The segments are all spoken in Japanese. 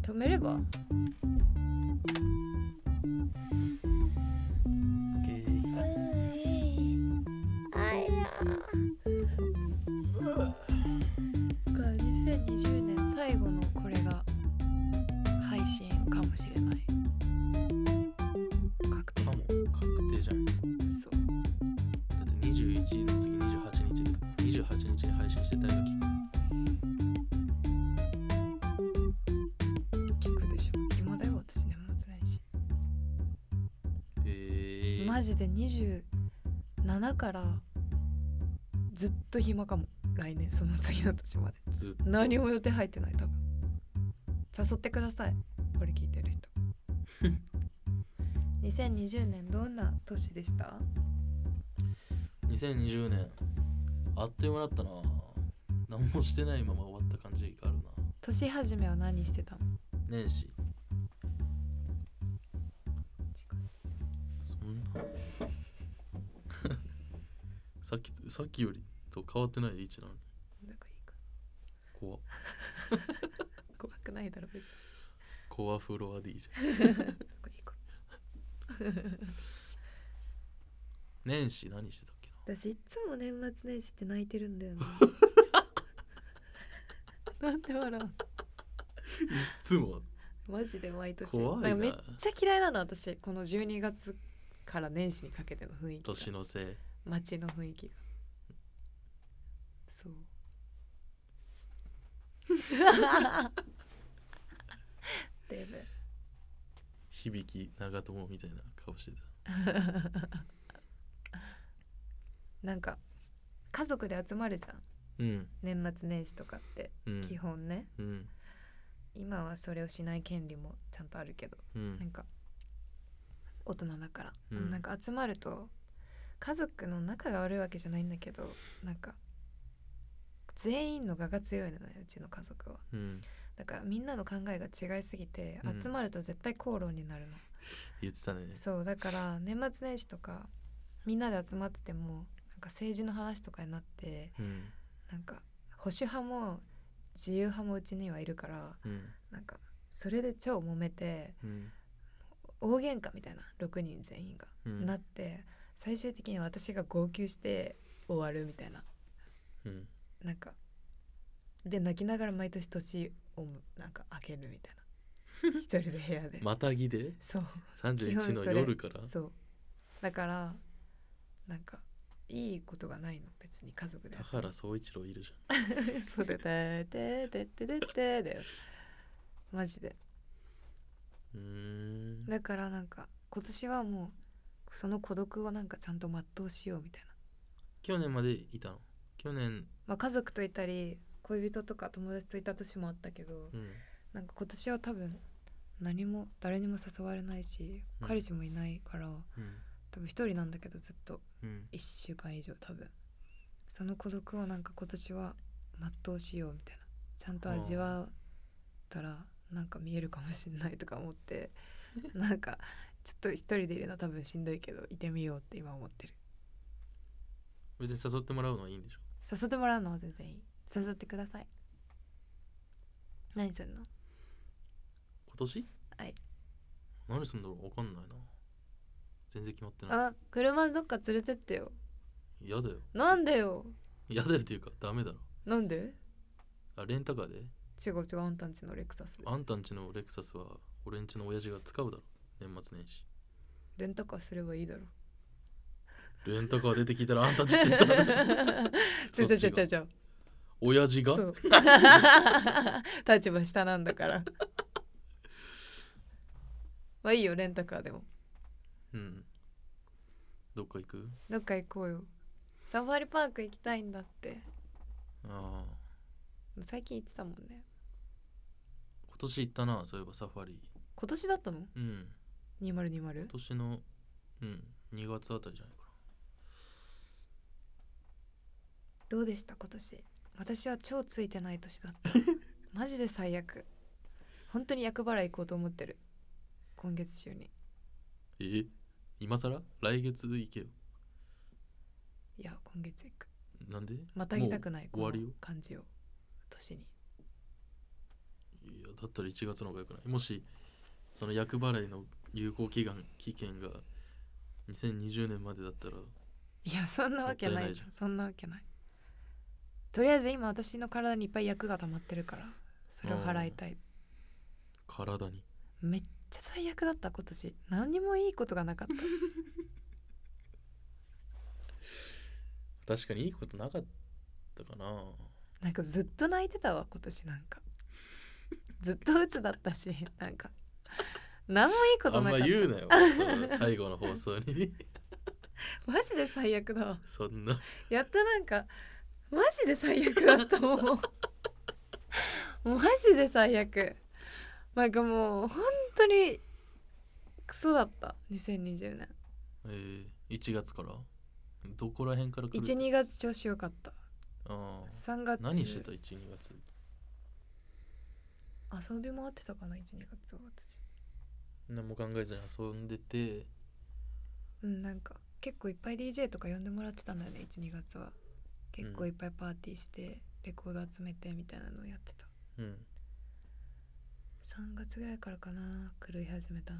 止めれば2020年最後のこれが配信かもしれない。確定。 確定じゃん。 そう。 だって21の次28日に配信して誰が聞くでしょ。暇だよ私年末年始。マジで27からずっと暇かも。来年その次の年までずっと何も予定入ってない。多分誘ってくださいこれ聞いてる人。2020年どんな年でした？ 2020年あっという間だったな。何もしてないまま終わった感じがあるな。 年始めは何してたの？ 年始そんなさっきよりと変わってない位置なのに。 なんかいいか怖怖くないだろ別に。 コアフロア D じゃん。 そこいいか年始何してたっけな。 私いつも年末年始って泣いてるんだよね。なんで笑う？ いつもマジで毎年怖いな。 なんかめっちゃ嫌いなの私この12月から年始にかけての雰囲気が。 年のせい。 街の雰囲気がそうデブ響長友みたいな顔してた。 なんか家族で集まるじゃん、 うん、 年末年始とかって、 うん、 基本ね、 うん、 今はそれをしない権利もちゃんとあるけど、 うん、 なんか大人だから、 うん、 なんか集まると家族の仲が悪いわけじゃないんだけど、なんか全員の我が強いのねうちの家族は、 うん、 だからみんなの考えが違いすぎて、 うん、 集まると絶対口論になるの。 言ってたね。 そうだから年末年始とかみんなで集まっててもなんか政治の話とかになって、 うん、 なんか保守派も自由派もうちにはいるから、 うん、 なんかそれで超揉めて、 うん、 大喧嘩みたいな6人全員が、 うん、 なって最終的に私が号泣して終わるみたいな、 うん、 なんかで泣きながら毎年年をなんか明けるみたいな一人で部屋でまたぎでそう 31の夜からそうだからなんかいいことがないの別に家族で田原総一郎いるじそうだよててててててだよマジで。 ゃん。 だからなんか今年はもうその孤独をなんかちゃんと全うしようみたいな。 去年までいたの？去年、 まあ家族といたり恋人とか友達といた年もあったけど、 うん、 なんか今年は多分誰にも誘われないし、 うん、 彼氏もいないから、 うん、 多分一人なんだけどずっとうん、 1週間以上多分その孤独をなんか今年は全うしようみたいな、ちゃんと味わったらなんか見えるかもしれないとか思ってなんかちょっと一人でいるのは多分しんどいけどいてみようって今思ってる。 別に誘ってもらうのはいいんでしょ？ 誘ってもらうのは全然いい。誘ってください。何するの？ 今年？ はい。 何すんだろう、わかんないな。全然決まってない。 あ、車どっか連れてってよ。 やだよ。 なんでよ。 やだよっていうかダメだろ。 なんで？ レンタカーで？ 違う違う、あんたんちのレクサスで。 あんたんちのレクサスは俺んちの親父が使うだろ、年末年始。 レンタカーすればいいだろ。 レンタカー出て聞いたらあんたんちって言ったらちょ親父がそう立場下なんだからまあいいよレンタカーでも。 うん。どっか行く？ どっか行こうよ。サファリパーク行きたいんだって。 ああ、 最近行ってたもんね。 今年行ったな、そういえばサファリ。 今年だったの？ うん。 2020？ 今年の2月あたりじゃないかな。 どうでした今年？私は超ついてない年だったマジで最悪。本当に厄払い行こうと思ってる今月中に。 今更？来月行けよ。 いや今月行く。 なんで？ またぎたくない終わりよ。 この感じを年に。 いやだったら1月の方がよくない？もしその厄払いの有効期限が2020年までだったらいやそんなわけないもったいないじゃん。 そんなわけない。とりあえず今私の体にいっぱい厄が溜まってるからそれを払いたい。 体にめっちゃ最悪だった今年。何にもいいことがなかった確かにいいことなかったかな。 なんかずっと泣いてたわ今年。なんかずっと鬱だったしなんか何もいいことあんなかった。 ま言うなよその最後の放送にマジで最悪だわ。 そんなやっとなんかマジで最悪だったもうマジで最悪。なんかもう本当にクソだった2020年。 1月からどこら辺から来る？ 1,2 月調子良かった。 あ 3月何してた？ 1,2 月遊び回ってたかな。1,2月は私何も考えずに遊んでて。 なんか結構いっぱい DJ とか呼んでもらってたんだよね。1,2 月は結構いっぱいパーティーしてレコード集めてみたいなのをやってた。3月ぐらいからかな狂い始めたの。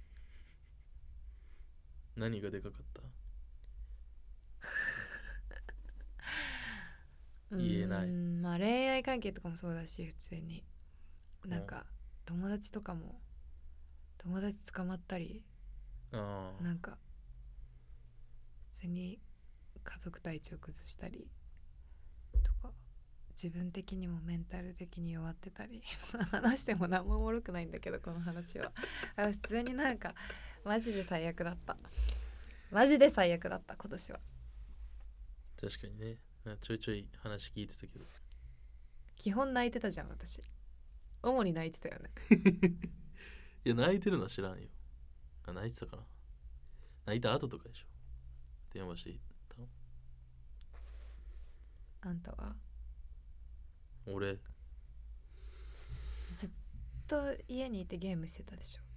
何がでかかった？言えない。 まあ恋愛関係とかもそうだし普通になんか友達とかも友達捕まったりなんか普通に家族体調崩したりとか自分的にもメンタル的に弱ってたり話しても何もおもろくないんだけどこの話は普通になんかマジで最悪だった。マジで最悪だった今年は。 確かにね。ちょいちょい話聞いてたけど基本泣いてたじゃん私。主に泣いてたよねいや泣いてるのは知らんよ。泣いてたかな。泣いた後とかでしょ電話してたの。 あんたは俺ずっと家にいてゲームしてたでしょ。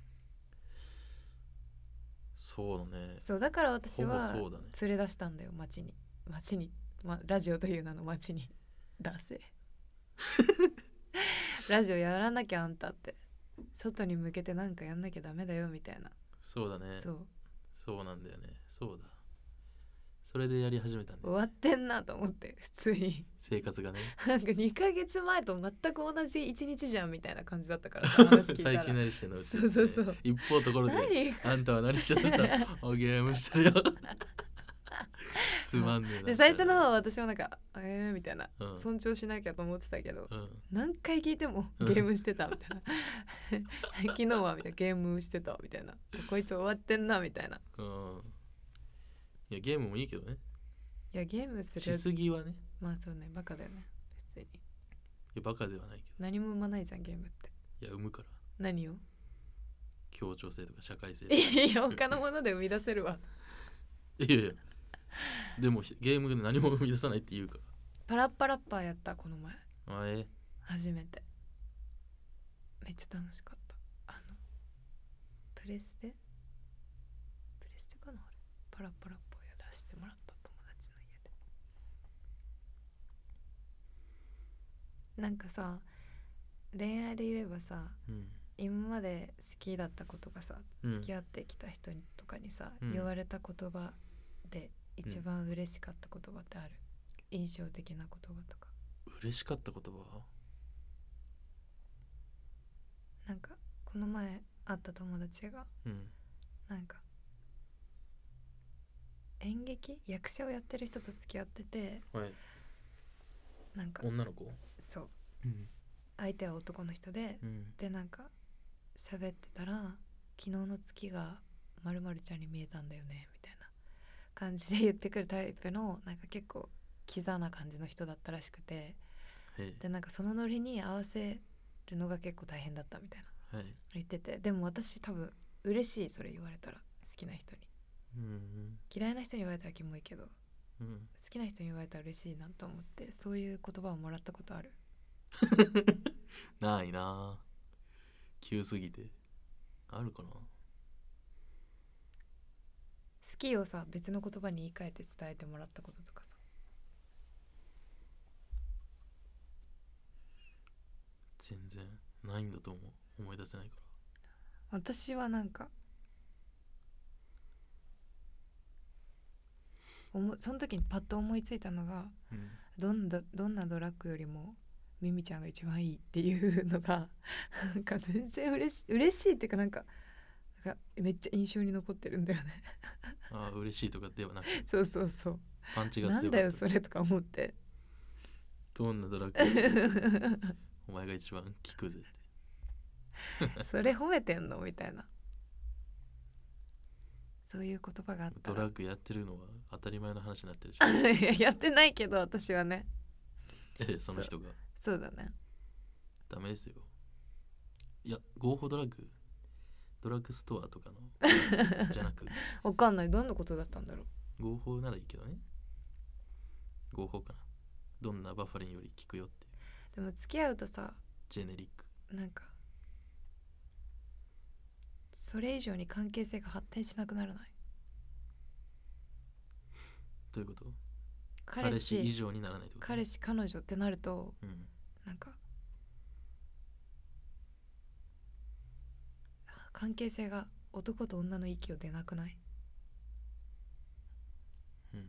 そうだね。 そうだから私はほぼそうだね。 連れ出したんだよ街に、ラジオという名の街に出せラジオやらなきゃあんたって外に向けてなんかやんなきゃダメだよみたいな。 そうだね。 そうそうなんだよね。そうだ。それでやり始めたんだよ。 終わってんなと思って普通に生活がねなんか2ヶ月前と全く同じ1日じゃんみたいな感じだったからさ話聞いたら最近何してんのってそうそうそう一方ところで何あんたは何してたさおゲームしてるよつまんねえな。 で最初の方は私もなんかみたいな、 うん尊重しなきゃと思ってたけど、 うん何回聞いてもゲームしてたみたいな昨日はみたいなゲームしてたみたいなこいつ終わってんなみたいな。 いやゲームもいいけどね。 いやゲームするしすぎはね。 まあそうねバカだよね普通に。 いやバカではないけ何も生まないじゃんゲームって。 ど。いや生むから。 何を協調性とか社会性とか。 いや他のもので生み出せるわいやいやでもゲームで何も生み出さないって言うかパラッパラッパーやったこの前ら。 初めて。めっちゃ楽しかった。プレステかなあれ。パラッパラッパーやらせてもらった友達の家で。なんかさ恋愛で言えばさ今まで好きだったことがさ付き合ってきた人とかにさ、言われた言葉で一番嬉しかった言葉ってある？印象的な言葉とか。 嬉しかった言葉？ なんかこの前会った友達が、なんか演劇役者をやってる人と付き合ってて、なんか女の子？ そう、相手は男の人で、でなんか喋ってたら昨日の月が〇〇ちゃんに見えたんだよねみたいな感じで言ってくるタイプのなんか結構キザな感じの人だったらしくて、でなんかそのノリに合わせるのが結構大変だったみたいな、言ってて、でも私多分嬉しいそれ言われたら好きな人に、嫌いな人に言われたらキモいけど、好きな人に言われたら嬉しいなと思ってそういう言葉をもらったことある？ ないな急すぎて。あるかな。 好きをさ別の言葉に言い換えて伝えてもらったこととかさ。 全然ないんだと思い出せないか私はなんかその時にパッと思いついたのが、 ら、うん、 どんなドラッグよりもミミちゃんが一番いいっていうのがなんか全然嬉しいっていうかなんかめっちゃ印象に残ってるんだよねああ嬉しいとかではなくそうそうそうパンチがなんだよ強かった。 それとか思ってどんなドラッグよりもお前が一番効くぜってそれ褒めてんのみたいな、そういう言葉があったらドラッグやってるのは当たり前の話になってるしいややってないけど私はね。 その人がそうだね。 ダメですよ。いや合法ドラッグストアとかのじゃなくわかんない、どんなことだったんだろう。 合法ならいいけどね。合法かな。どんなバファリンより効くよっていうでも付き合うとさ、 ジェネリック。 なんかそれ以上に関係性が発展しなくならない？ どういうこと？ 彼氏以上にならないってこと？ 彼氏彼女ってなると、 うん、 なんか関係性が男と女の息を出なくない？ うん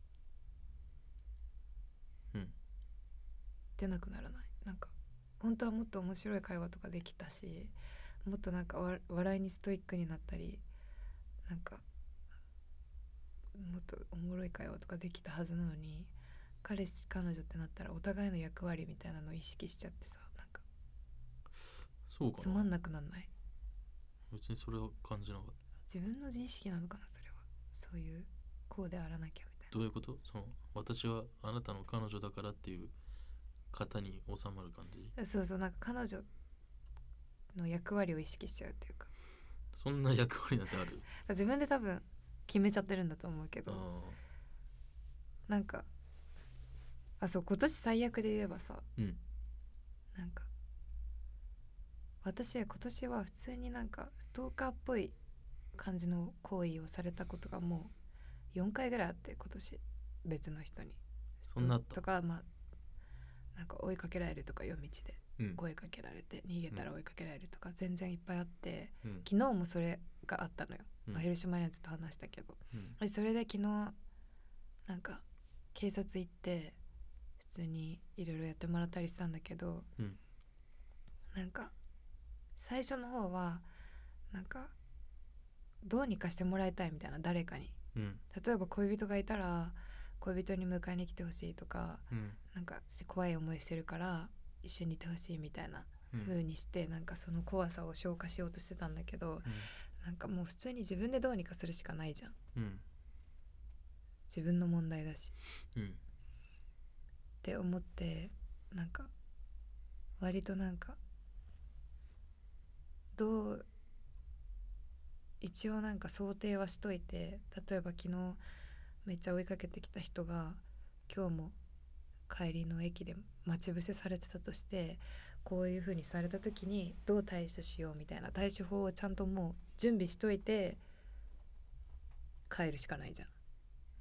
うん、 出なくならない？なんか本当はもっと面白い会話とかできたし、もっとなんか笑いにストイックになったり、なんかもっとおもろい会話とかできたはずなのに、彼氏彼女ってなったらお互いの役割みたいなのを意識しちゃってさ、なんかそうかな。 つまんなくなんない？ 別にそれは感じなかった。 自分の自意識なのかな、それは。そういうこうであらなきゃみたいな。 どういうこと？私はあなたの彼女だからっていう型に収まる感じ？ そうそう、なんか彼女の役割を意識しちゃうっていうか、 そんな役割なんてある？ 自分で多分決めちゃってるんだと思うけど、なんかそう、今年最悪で言えばさ、 うん、 なんか私は今年は普通になんかストーカーっぽい感じの行為をされたことがもう4回ぐらいあって、今年別の人にそんなあったとか、まあなんか追いかけられるとか、夜道でうん声かけられて逃げたら追いかけられるとか全然いっぱいあって、 うん昨日もそれがあったのよ、 うん広島にはずっと話したけど、 うんそれで昨日なんか警察行って普通にいろいろやってもらったりしたんだけど、 うんなんか最初の方はなんかどうにかしてもらいたいみたいな、誰かに、 うん例えば恋人がいたら恋人に迎えに来てほしいとか、 うんなんか怖い思いしてるから一緒にいてほしいみたいなうん風にして、なんかその怖さを消化しようとしてたんだけど、なんかもう普通に自分でどうにかするしかないじゃん、 うん自分の問題だしうんって思って、なんか割となんか一応なんか想定はしといて、例えば昨日めっちゃ追いかけてきた人が今日も帰りの駅で待ち伏せされてたとして、こういう風にされた時にどう対処しようみたいな対処法をちゃんともう準備しといて帰るしかないじゃん、 うん、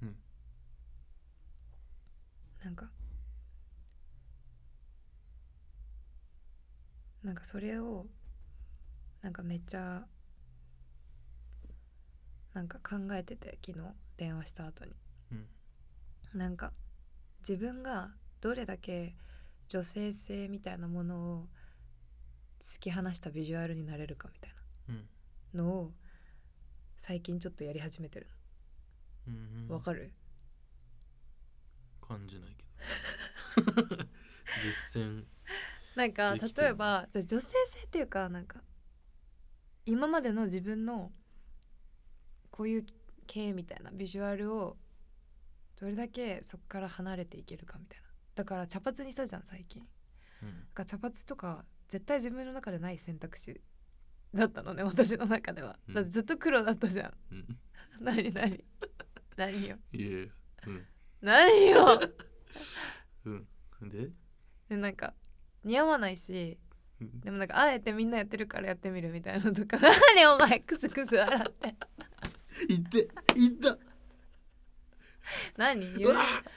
なんかそれをなんかめっちゃなんか考えてて、昨日電話した後に、なんか自分がどれだけ女性性みたいなものを突き放したビジュアルになれるかみたいなのを最近ちょっとやり始めてるの。わかる？ 感じないけど実践なんか例えば女性性っていうか、なんか今までの自分のこういう系みたいなビジュアルをどれだけそこから離れていけるかみたいな。だから茶髪にしたじゃん最近、だから茶髪とか絶対自分の中でない選択肢だったのね、私の中では。だってずっと黒だったじゃん、何よいや何よでなんか似合わないし、でもなんかあえてみんなやってるからやってみるみたいなのとか何お前クスクス笑って言った何言う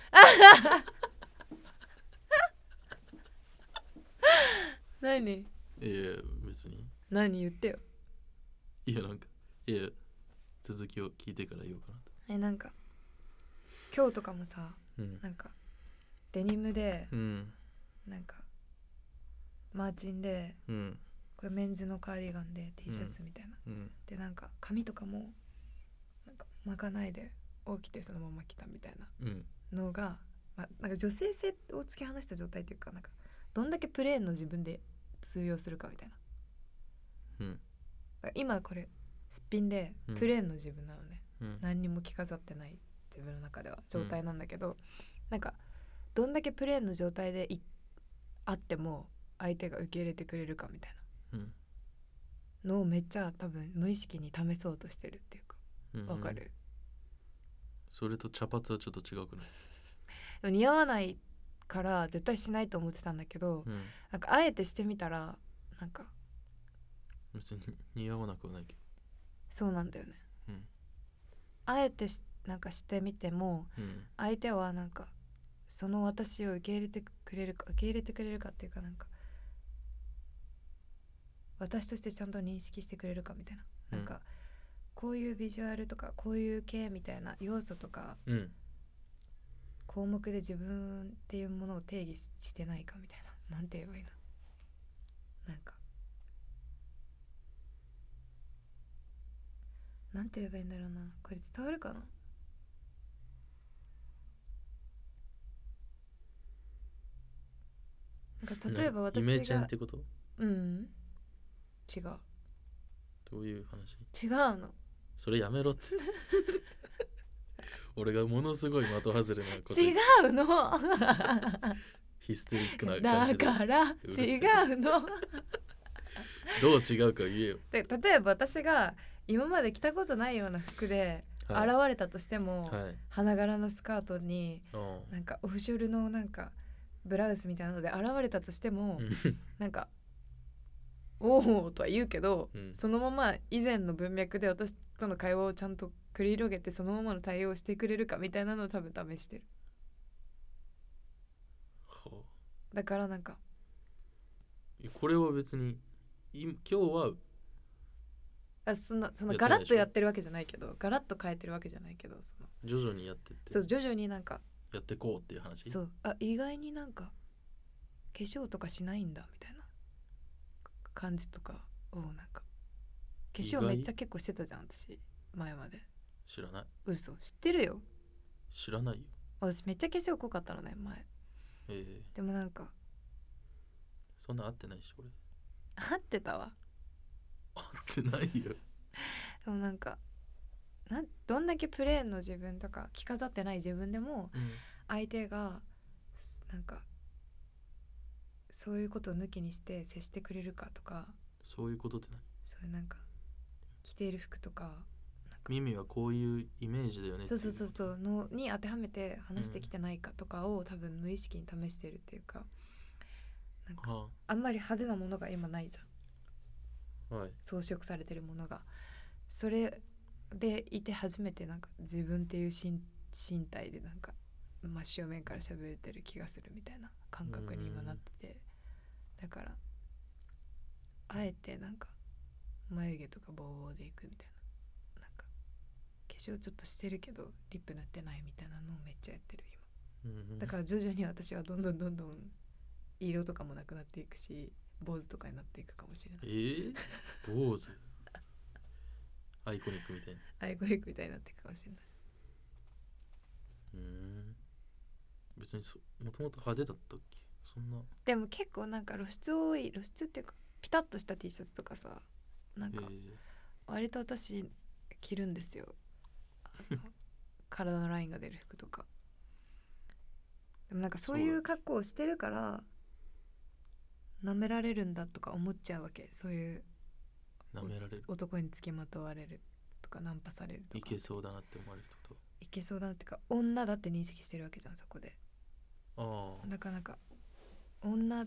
何いや別に何言ってよ。 いやなんかいや続きを聞いてから言おうかなと。 なんか今日とかもさ、なんかデニムで、なんかマーチンで、これメンズのカーディガンで T シャツみたいな、でなんか髪とかもなんか巻かないで起きてそのまま着たみたいなのが、なんか女性性を突き放した状態というか、なんかどんだけプレーンの自分で通用するかみたいな、だから今これすっぴんでプレーンの自分なのね、何にも着飾ってない自分の中では状態なんだけど、なんかどんだけプレーンの状態であっても相手が受け入れてくれるかみたいなのをめっちゃ多分無意識に試そうとしてるっていうか、わかる？ それと茶髪はちょっと違くない？ でも似合わないから絶対しないと思ってたんだけど、なんかあえてしてみたらなんか別に似合わなくはないけど。 そうなんだよね、あえてなんかしてみても、相手はなんかその私を受け入れてくれるかっていうか、なんか私としてちゃんと認識してくれるかみたいな、なんかこういうビジュアルとかこういう系みたいな要素とか、項目で自分っていうものを定義してないかみたいな、なんて言えばいいの、なんかなんて言えばいいんだろうな、これ伝わるかな。なんか例えば私がイメチェンってこと？ 違う。 どういう話？ 違うの。 それやめろって俺がものすごい的外れなこと違うのヒステリックな感じでだから違うのどう違うか言えよ。 で例えば私が今まで着たことないような服で現れたとしても、花柄のスカートになんかオフショルのなんかブラウスみたいなので現れたとしてもなんかおおとは言うけど、そのまま以前の文脈で私との会話をちゃんと繰り広げてそのままの対応をしてくれるかみたいなのを多分試してる。だからなんかこれは別に今日はそのガラッとやってるわけじゃないけど、ガラッと変えてるわけじゃないけど、 徐々にやってって、 そう徐々になんかやってこうっていう話。 そう意外になんか化粧とかしないんだみたいな感じとかを、なんか化粧めっちゃ結構してたじゃん私前まで。 知らない。 嘘、知ってるよ。 知らないよ。 私めっちゃ化粧濃かったのね前。でもなんかそんな合ってないし俺。 合ってたわ。 合ってないよでもなんかどんだけプレーンの自分とか着飾ってない自分でも、相手がなんかそういうことを抜きにして接してくれるかとか。 そういうことって何？ そういうなんか着ている服とか、 耳はこういうイメージだよねっていう。 そうのに当てはめて話してきてないかとかを、多分無意識に試してるっていうか、なんかあんまり派手なものが今ないじゃん、装飾されてるものが。それでいて初めてなんか自分っていう身体でなんか真正面から喋れてる気がするみたいな感覚に今なってて、だからあえてなんか眉毛とかボーボーでいくみたいな、なんか化粧ちょっとしてるけどリップ塗ってないみたいなのをめっちゃやってる今、だから徐々に私はどんどん色とかもなくなっていくし、坊主とかになっていくかもしれない。 坊主アイコニックみたいな。 アイコニックみたいになっていくかもしれない。 別にもともと派手だったっけ？そんな。 でも結構なんか露出っていうかピタッとした T シャツとかさ、なんか割と私着るんですよ体のラインが出る服とか。でもなんかそういう格好をしてるから舐められるんだとか思っちゃうわけ。そういう舐められる、 男につきまとわれるとかナンパされるとか、 いけそうだなって思われるってこと？ いけそうだなってか女だって認識してるわけじゃんそこで。だからなんか女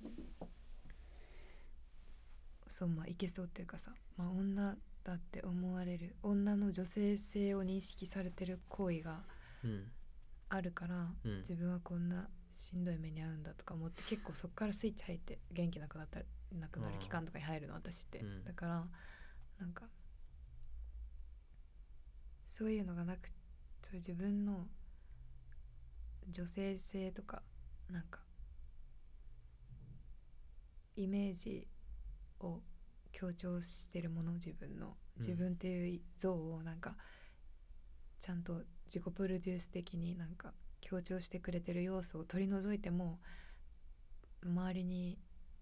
いけそうっていうかさ、女だって思われる、女の女性性を認識されてる行為があるから、自分はこんなしんどい目に遭うんだとか思って結構そっからスイッチ入って元気なくなったなくなる期間とかに入るの私って、だからなんかそういうのがなく、そういう自分の女性性とかなんかイメージを強調してるもの、自分っていう像をなんかちゃんと自己プロデュース的になんか強調してくれてる要素を取り除いても、周りに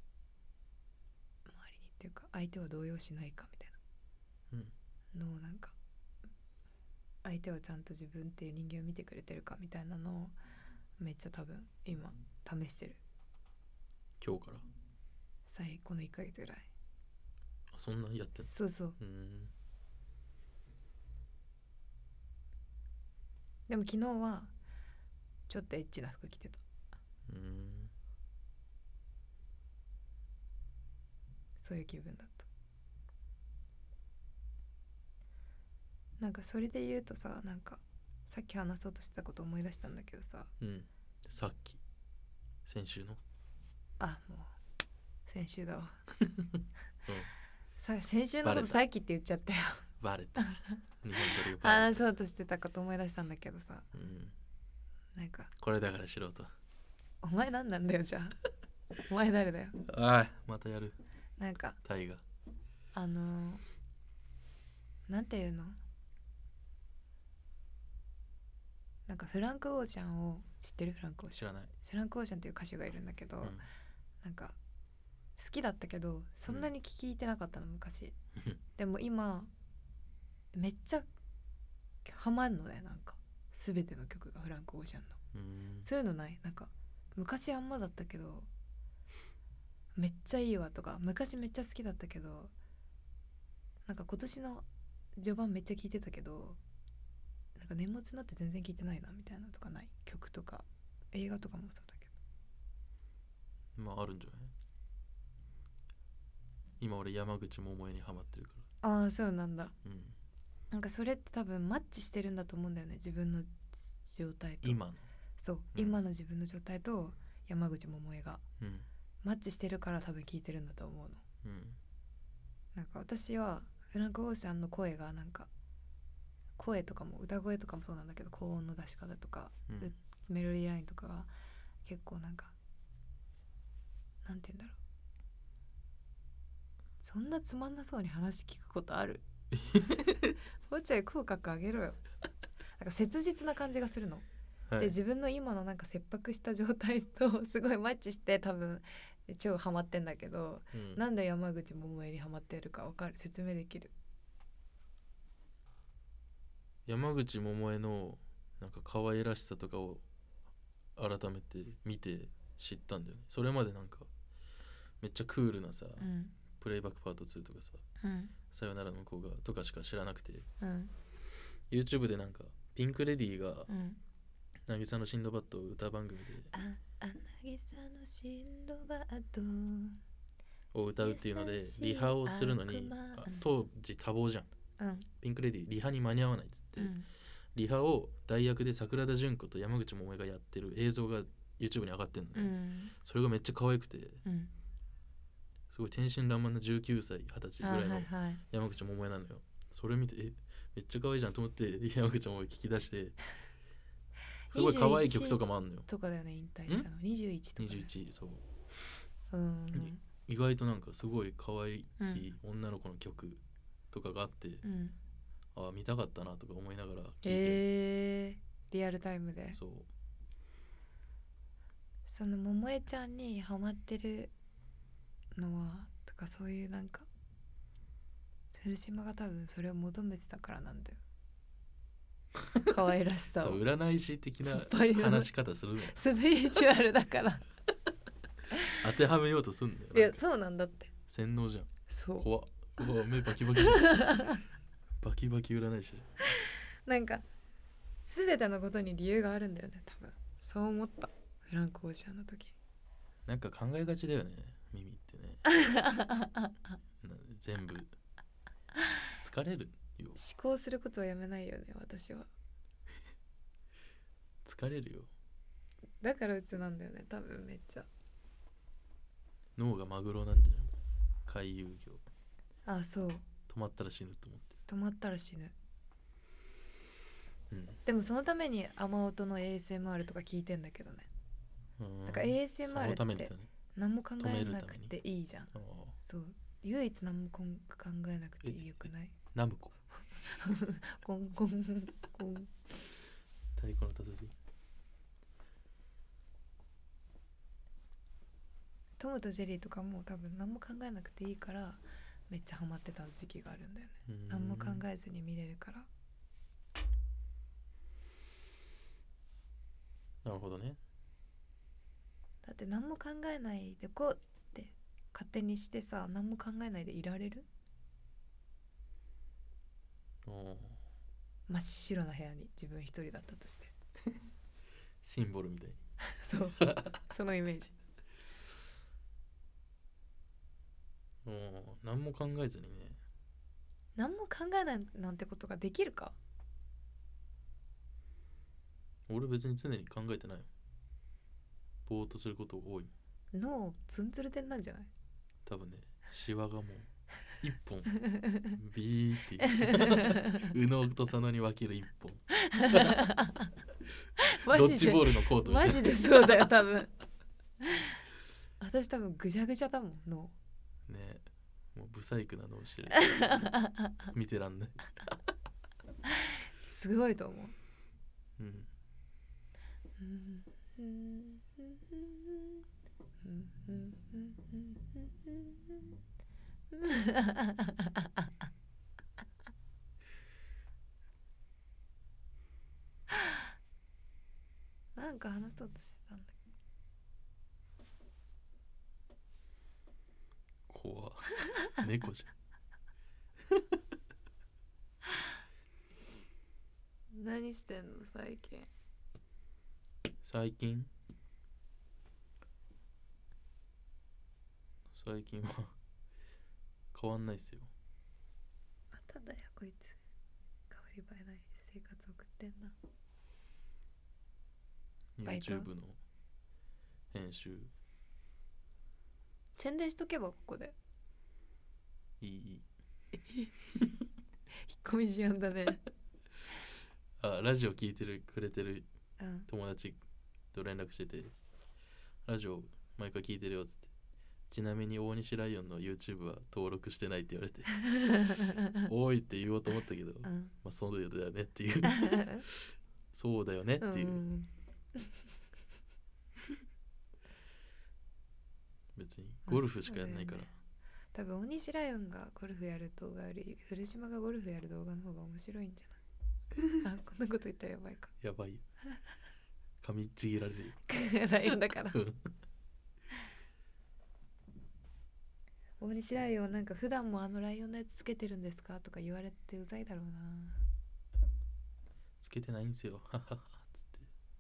っていうか相手を動揺しないかみたいなのを、なんか相手はちゃんと自分っていう人間を見てくれてるかみたいなのをめっちゃ多分今試してる。 今日からこの1ヶ月ぐらい。 あ、そんなやってんの？ そうそう。でも昨日はちょっとエッチな服着てた。そういう気分だった。なんかそれで言うとさ、なんかさっき話そうとしてたこと思い出したんだけどさ、 さっき先週のもう先週だわ、先週のことさっきって言っちゃったよ。 バレた。日本撮りバレた。 話そうとしてたこと思い出したんだけどさ、なんかこれだから素人。 お前何なんだよじゃあ。お前誰だよ。 またやる。 なんかタイがなんていうの、なんかフランク・オーシャンを知ってる？フランク・オーシャン。 知らない。 フランク・オーシャンっていう歌手がいるんだけど、なんか好きだったけどそんなに聞いてなかったの昔。でも今めっちゃハマんのね、なんか全ての曲がフランク・オーシャンの。そういうのない？なんか昔あんまだったけどめっちゃいいわとか、昔めっちゃ好きだったけどなんか今年の序盤めっちゃ聴いてたけど、なんか年末になって全然聴いてないなみたいなとかない？曲とか映画とかもそうだけど。まああるんじゃない？今俺山口百恵にハマってるから。そうなんだ。なんかそれって多分マッチしてるんだと思うんだよね、自分の状態と。今の自分の状態と山口百恵が、マッチしてるから多分聴いてるんだと思うの。なんか私はフランク・オーシャンの声がなんか声とかも歌声とかもそうなんだけど、高音の出し方とか、メロディーラインとかが結構なんかなんて言うんだろう、そんなつまんなそうに話聞くことある？もうちょい口角上げろよ。なんか切実な感じがするの、で自分の今のなんか切迫した状態とすごいマッチして多分超ハマってんだけど、なんで山口百恵にハマってるか分かる？説明できる？ 山口百恵のなんか可愛らしさとかを改めて見て知ったんだよね。それまでなんかめっちゃクールなさ、プレイバックパート2とかさ、さよならの向こう側とかしか知らなくて、YouTube でなんかピンク・レディーが、渚のシンドバッドを歌番組で渚のシンドバッドを歌うっていうのでリハをするのに、当時多忙じゃん、ピンク・レディーリハに間に合わないっつって、リハを代役で桜田淳子と山口百恵がやってる映像が YouTube に上がってんの、それがめっちゃ可愛くて、すごい天真爛漫な19歳20歳ぐらいの山口百恵なのよ。それ見てめっちゃ可愛いじゃんと思って山口百恵聞き出して、すごい可愛い曲とかもあんのよ。 とかだよね、引退したの21とか、ね、 21、そう、意外となんかすごい可愛い女の子の曲とかがあって、見たかったなとか思いながら聞いて、 リアルタイムで。その桃江ちゃんにハマってるのはとか、そういうなんか鶴島が多分それを求めてたからなんだよ。可愛らしさを。 そう、占い師的な話し方するのよ。 スピリチュアルだから当てはめようとすんだよ。 いやそうなんだって。 洗脳じゃん。 そう。 怖っ。目バキバキバキバキ占い師。 なんか全てのことに理由があるんだよね、多分。そう思ったフランク・オーシャンの時。 なんか考えがちだよね、耳ってね。全部疲れるよ。 思考することをやめないよね、私は。 疲れるよ。 だから鬱なんだよね、多分めっちゃ。 脳がマグロなんじゃない？ 回遊魚。 あ、そう。 止まったら死ぬと思って。 止まったら死ぬ。 うん。 でもそのために雨音の ASMR とか聞いてんだけどね。だから ASMR って何も考えなくていいじゃん。そう。唯一何も考えなくていいよくない？ ナムコ。 コンコンコン。 太鼓の達人。 トムとジェリーとかも多分何も考えなくていいからめっちゃハマってた時期があるんだよね。何も考えずに見れるから。 なるほどね。 だって何も考えないでこうって勝手にしてさ、何も考えないでいられる？真っ白な部屋に自分一人だったとしてシンボルみたいにそうそのイメージ。 何も考えずにね。 何も考えないなんてことができるか？ 俺別に常に考えてない。ぼーっとすることが多い。 脳ツンツルテンなんじゃない？ 多分ね、シワがもう一本ビーって右脳と左脳に分ける一本ドッジボールのコートみたいな。 マジでそうだよ多分私多分ぐじゃぐじゃだもん脳ね。もうブサイクな脳してる見てらんないすごいと思う。うんなんか話そうとしてたんだけど。怖猫じゃん。何してんの最近？ 最近は変わんないっすよ。 まただよこいつ。変わり映えない生活送ってんな。 YouTube の編集。 宣伝しとけばここで。 いい引っ込み思案だねラジオ聞いてくれてる友達と連絡してて、ラジオ毎回聞いてるよっつって、ちなみに大西ライオンの YouTube は登録してないって言われて多いって言おうと思ったけど、まあそうだよねっていうそうだよねっていう、別にゴルフしかやんないから、 多分大西ライオンがゴルフやる動画より古島がゴルフやる動画の方が面白いんじゃないあ、こんなこと言ったらやばいか。 やばいよ噛みちぎられるよライオンだから大西ライオンなんか普段もあのライオンのやつつけてるんですかとか言われてうざいだろうな。 つけてないんすよはははつって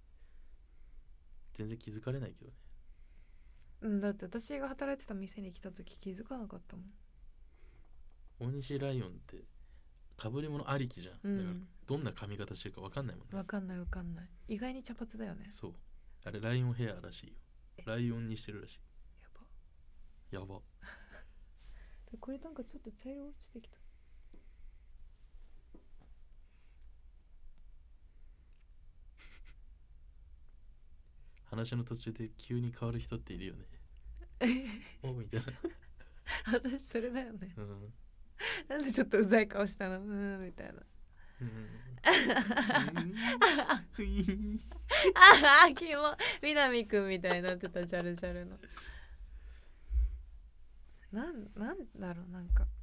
全然気づかれないけどね。 だって私が働いてた店に来た時気づかなかったもん。 大西ライオンって被り物ありきじゃん、だからどんな髪型してるか分かんないもんね。 分かんない意外に茶髪だよね。 そう、あれライオンヘアらしいよ。ライオンにしてるらしい。やばこれなんかちょっと茶色落ちてきた。 話の途中で急に変わる人っているよねおみたいな私それだよね、なんでちょっとうざい顔したのみたいなああキモ南くんみたいになってた。ジャルジャルのなんだろう、なんか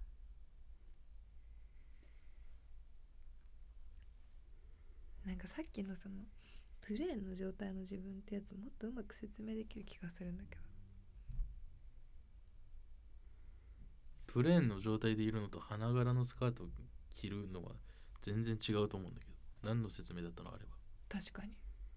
さっきのそのプレーンの状態の自分ってやつもっとうまく説明できる気がするんだけど。 プレーンの状態でいるのと花柄のスカートを着るのは全然違うと思うんだけど、何の説明だったのあれは。 確かに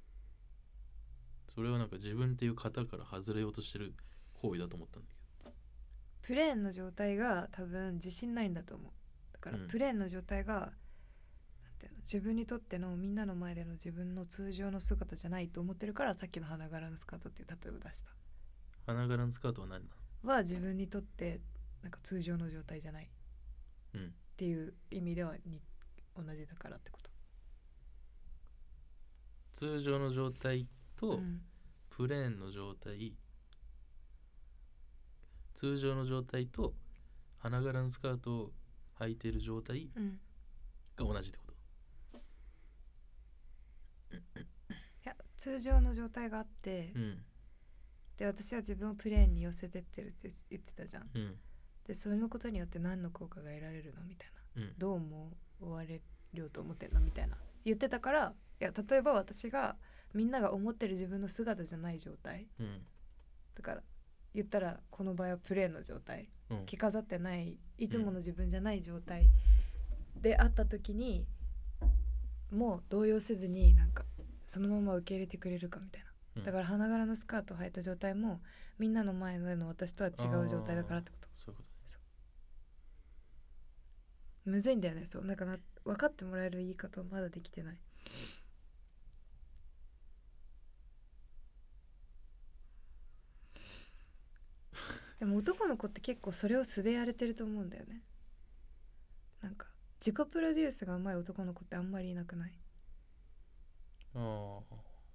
それはなんか自分っていう型から外れようとしてる行為だと思ったんだけど、 プレーンの状態が多分自信ないんだと思う。だからプレーンの状態が、なんていうの、自分にとってのみんなの前での自分の通常の姿じゃないと思ってるから、さっきの花柄のスカートっていう例えを出した。 花柄のスカートは何なの？ は自分にとってなんか通常の状態じゃないっていう意味では同じだからってこと。 通常の状態とプレーンの状態、通常の状態と花柄のスカートを履いている状態が同じってこと。 いや通常の状態があって、で私は自分をプレーンに寄せてってるって言ってたじゃん、でそれのことによって何の効果が得られるのみたいな、どう思われようと思ってんのみたいな言ってたから、いや例えば私がみんなが思ってる自分の姿じゃない状態、だから言ったらこの場合はプレーンの状態、着飾ってないいつもの自分じゃない状態であった時に、もう動揺せずになんかそのまま受け入れてくれるかみたいな、だから花柄のスカートを履いた状態もみんなの前の私とは違う状態だからってこと。 そういうこと。 むずいんだよね。そうなんか分かってもらえる言い方はまだできてない。でも男の子って結構それを素でやれてると思うんだよね。なんか自己プロデュースが上手い男の子ってあんまりいなくない？ ああ、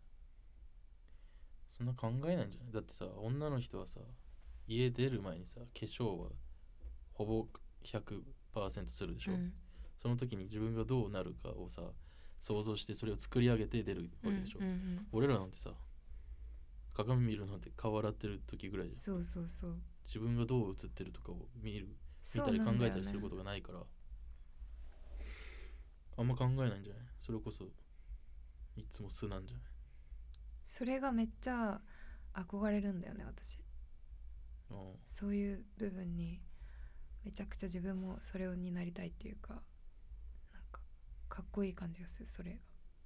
そんな考えないんじゃない？だってさ、女の人はさ、家出る前にさ、化粧はほぼ 100% するでしょ、その時に自分がどうなるかをさ想像してそれを作り上げて出るわけでしょ、俺らなんてさ、鏡見るなんて顔洗ってる時ぐらいじゃん。 そうそうそう。 自分がどう映ってるとかを見たり考えたりすることがないから、あんま考えないんじゃない？それこそいつも素なんじゃない？ それがめっちゃ憧れるんだよね私。そういう部分にめちゃくちゃ自分もそれになりたいっていうか、なんかかっこいい感じがするそれが。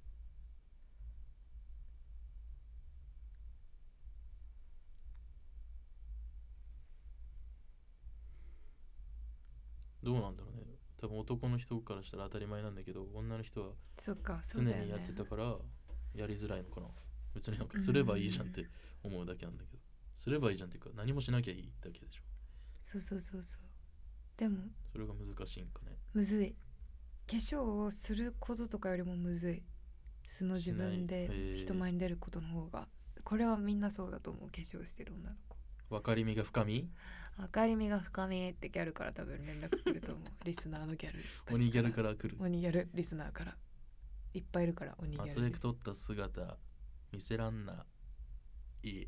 どうなんだろうね。多分男の人からしたら当たり前なんだけど、女の人は常にやってたからやりづらいのかな。別になんかすればいいじゃんって思うだけなんだけど、すればいいじゃんっていうか何もしなきゃいいだけでしょ。 そうそうそうそう。でもそれが難しいんかね。 むずい。化粧をすることとかよりもむずい。素の自分で人前に出ることの方が、これはみんなそうだと思う。化粧してる女の子。 分かりみが深み、 分かりみが深みってギャルから多分連絡来ると思う。リスナーのギャル、 鬼ギャルから来る。 鬼ギャルリスナーからいっぱいいるから。鬼ギャル松江取った姿見せらんないい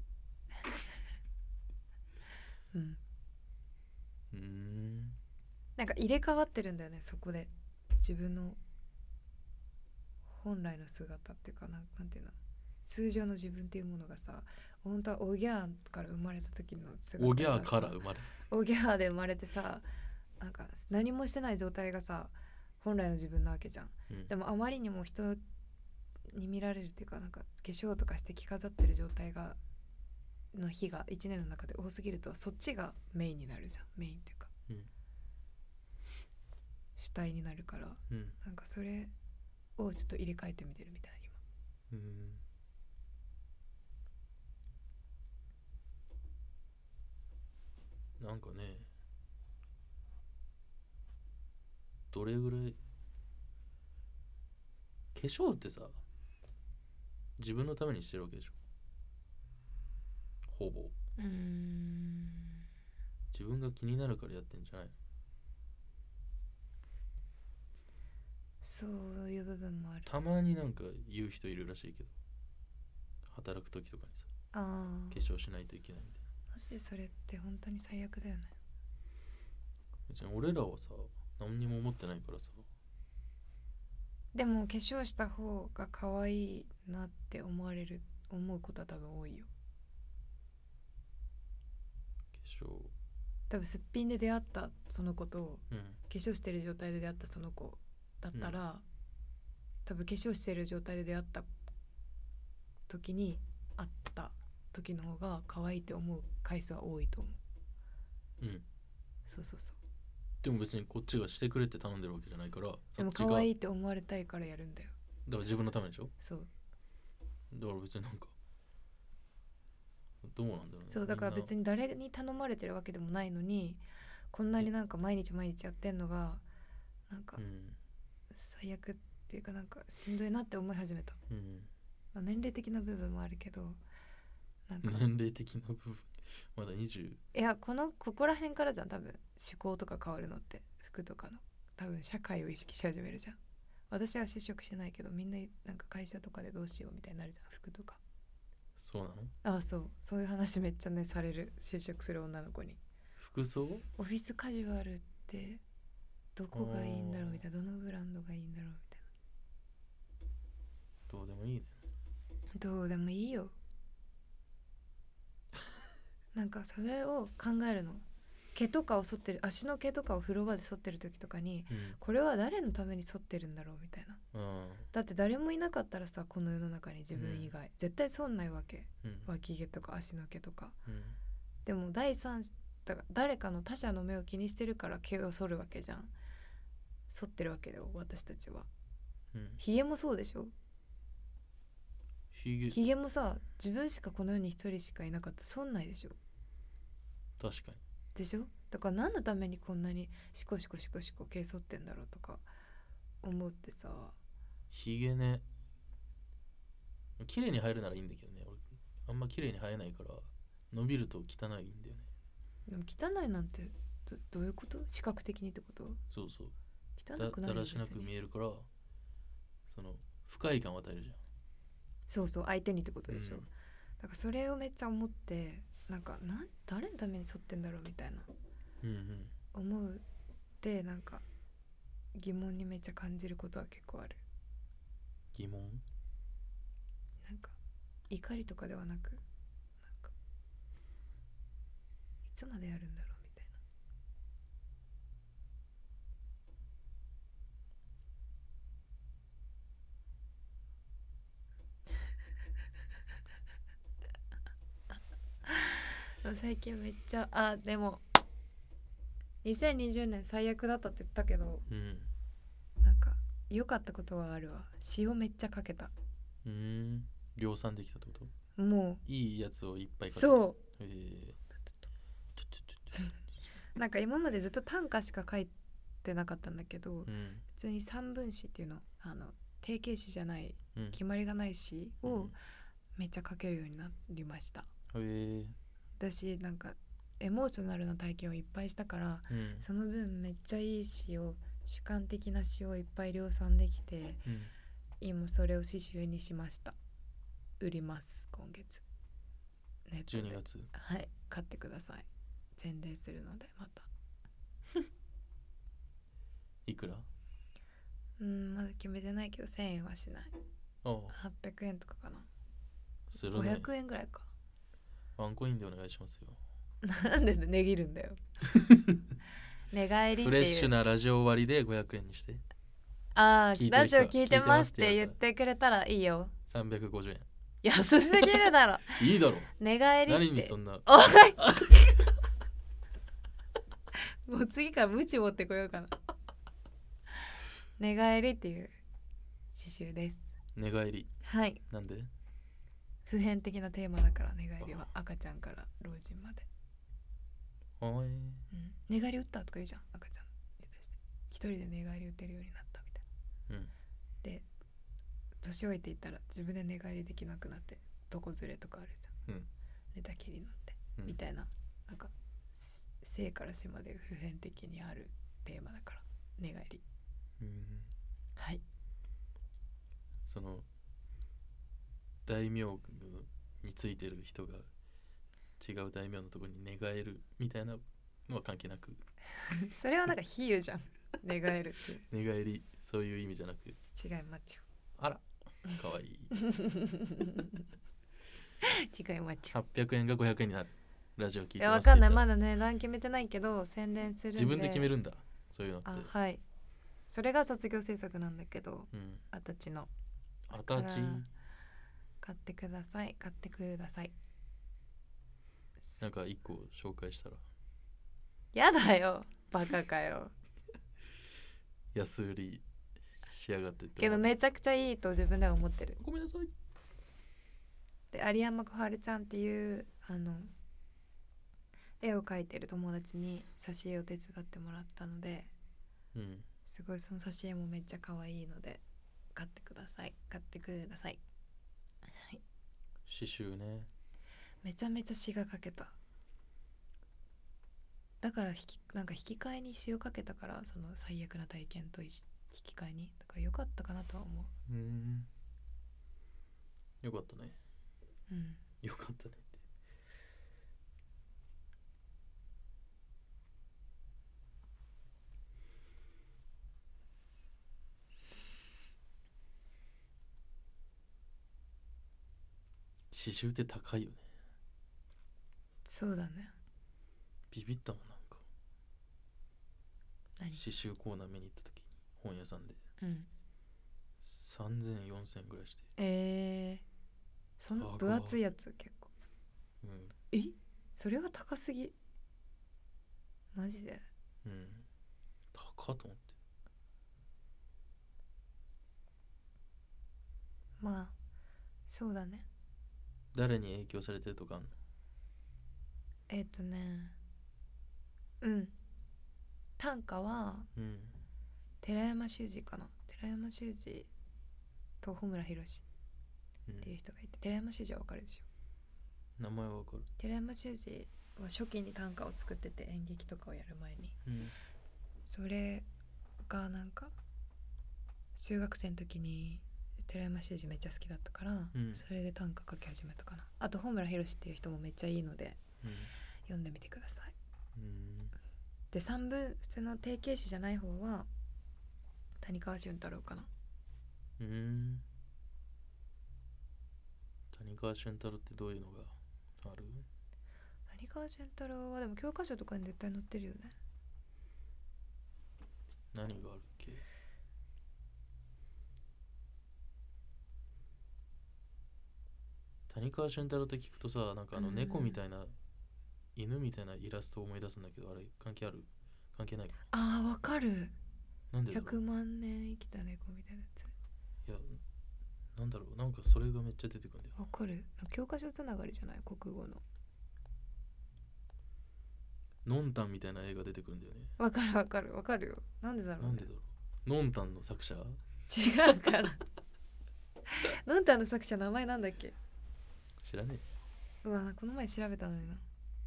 なんか入れ替わってるんだよね、そこで自分の本来の姿っていうか、なんていうの、通常の自分っていうものがさ、本当はオギャーから生まれた時の姿がさ、 オギャーから生まれオギャーで生まれてさ、なんか何もしてない状態がさ本来の自分なわけじゃん、でもあまりにも人に見られるっていうか、なんか化粧とかして着飾ってる状態がの日が1年の中で多すぎると、そっちがメインになるじゃん。メインっていうか、主体になるから、なんかそれをちょっと入れ替えてみてるみたい今。 なんかね、どれぐらい化粧ってさ自分のためにしてるわけでしょ、ほぼ。自分が気になるからやってんじゃないの？ そういう部分もある。 たまになんか言う人いるらしいけど、働く時とかにさ、化粧しないといけないみたいな。 マジでそれって本当に最悪だよね。 別に俺らはさ何にも思ってないからさ。 でも化粧した方が可愛いなって思うことは多分多いよ。 化粧多分すっぴんで出会ったその子と、化粧してる状態で出会ったその子だったら、多分化粧してる状態で出会った時に会った時の方が可愛いって思う回数は多いと思う。そうそうそう。 でも別にこっちがしてくれって頼んでるわけじゃないから。 でも可愛いって思われたいからやるんだよ。 だから自分のためでしょ。 そうだから別になんかどうなんだろうね。 そうだから別に誰に頼まれてるわけでもないのに、 こんなになんか毎日毎日やってんのがなんかうん最悪っていうかなんかしんどいなって思い始めた、 うんまあ、年齢的な部分もあるけどなんか年齢的な部分まだ20 いやここら辺からじゃん多分思考とか変わるのって服とかの多分社会を意識し始めるじゃん。私は就職してないけどみんななんか会社とかでどうしようみたいになるじゃん服とか。 そうなの？ ああそういう話めっちゃねされる就職する女の子に。 服装？ オフィスカジュアルってどこがいいんだろうみたいなどのブランドがいいんだろうみたいどうでもいいね。 な。どうでもいいよなんかそれを考えるの。毛とかを剃ってる足の毛とかを風呂場で剃ってる時とかに、 うん、 これは誰のために剃ってるんだろうみたいな。だって誰もいなかったらさこの世の中に自分以外、絶対剃んないわけ、脇毛とか足の毛とか、でも第三だから誰かの他者の目を気にしてるから毛を剃るわけじゃん。剃ってるわけだよ私たちは。ひげもそうでしょ。ひげもさ自分しかこの世に一人しかいなかったら剃んないでしょ。 確かにでしょ。だから何のためにこんなにシコシコ毛剃ってんだろうとか思ってさ。 ひげね綺麗に生えるならいいんだけどね。俺あんま綺麗に生えないから伸びると汚いんだよね。 でも汚いなんてどういうこと？視覚的にってこと？ そうそう汚くないよだらしなく見えるからその不快感を与えるじゃん。 そう相手にってことでしょ、だからそれをめっちゃ思ってなんか誰のために剃ってんだろうみたいな、思うでなんか疑問にめっちゃ感じることは結構ある。 疑問？ なんか怒りとかではなくなんかいつまでやるんだろうみたいな最近めっちゃでも2020年最悪だったって言ったけど、なんか良かったことはあるわ。塩めっちゃかけた。 量産できたってこと？ もういいやつをいっぱいかけた。 そうなんか今までずっと短歌しか書いてなかったんだけど、普通に三分詞っていうの定型詞じゃない、決まりがない詞をめっちゃ書けるようになりました。私なんかエモーショナルな体験をいっぱいしたから、その分めっちゃいい詩を主観的な詩をいっぱい量産できて、今それを詩集にしました。売ります今月ネットで。12月はい買ってください。宣伝するのでまたいくら？ まだ決めてないけど1000円はしない。800円とかかな。するね。500円ぐらいか。 ワンコインでお願いしますよ。 なんで値切るんだよ寝返りっていうフレッシュなラジオ割で500円にして。 ラジオ聞いてますって言ってくれたらいいよ。 350円。 安すぎるだろいいだろ寝返りって。 何にそんな。 おいもう次からムチ持ってこようかな。寝返りっていう詩集です。 寝返り。 はい。 なんで？ 普遍的なテーマだから寝返りは。赤ちゃんから老人まで。寝返り打ったとか言うじゃん赤ちゃん。一人で寝返り打てるようになったみたいな。で年老いていったら自分で寝返りできなくなって床ずれとかあるじゃん。寝たきりになって、みたいななんか生から死まで普遍的にあるテーマだから寝返り。はい。 その大名についてる人が違う大名のところに寝返るみたいなのは関係なくそれはなんか比喩じゃん寝返るって寝返りそういう意味じゃなく。 違いまちゅ。 あらかわいい違いまちゅ。 800円が500円になる。ラジオ聞いてますって言った。 わかんないまだ値段決めてないけど宣伝するんで。 自分で決めるんだそういうのって。 はい。それが卒業制作なんだけど、あたちのあたち買ってください。買ってください。 なんか一個紹介したら。 やだよバカかよ安売りしやがってってけどめちゃくちゃいいと自分では思ってる。 ごめんなさい。 で有山小春ちゃんっていう絵を描いてる友達に挿絵を手伝ってもらったので、 うん、 すごいその挿絵もめっちゃ可愛いので買ってください。はい、 刺繍ね。 めちゃめちゃ詩が書けた。だからなんか引き換えに詩を書けたから、その最悪な体験と引き換えにだから良かったかなとは思う。 よかったね。 うん、 よかったねって。刺繍って高いよね。 そうだね。 ビビったもん。なんか何？ 刺繍コーナー見に行った時に本屋さんで、 うん、 3000、4000ぐらいして、 その分厚いやつ結構、 うん、 それは高すぎ。マジで。 うん、高っと思って。 まあそうだね。 誰に影響されてるとかあんの？ 短歌は寺山修司かな。寺山修司と穂村弘っていう人がいて、寺山修司はわかるでしょ。 名前はわかる。 寺山修司は初期に短歌を作ってて、演劇とかをやる前に、それがなんか中学生の時に寺山修司めっちゃ好きだったから、それで短歌書き始めたかな。あと穂村弘っていう人もめっちゃいいので、読んでみてください。で3部普通の定型詩じゃない方は谷川俊太郎かな。 谷川俊太郎ってどういうのがある？ 谷川俊太郎はでも教科書とかに絶対載ってるよね。 何があるっけ？谷川俊太郎って聞くとさ、なんか猫みたいな、犬みたいなイラストを思い出すんだけど、あれ関係ある？関係ないかな。わかる。 なんでだろう。 100万年生きた猫みたいなやつ。 いや、なんだろう、なんかそれがめっちゃ出てくるんだよ。 わかる。教科書つながりじゃない？国語のノンタンみたいな映画出てくるんだよね。 わかるよ。なんでだろう、ね、 なんでだろう。ノンタンの作者？ 違うからノンタンの作者名前なんだっけ？ 知らねうわ、この前調べたのにな。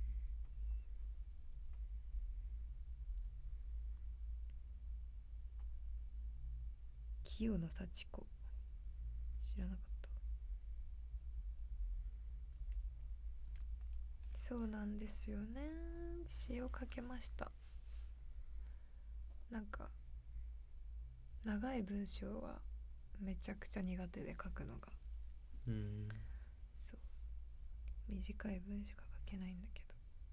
清野幸子、知らなかった。そうなんですよね。詩を書けました。なんか長い文章はめちゃくちゃ苦手で書くのが。そう、短い文しか書けないんだけ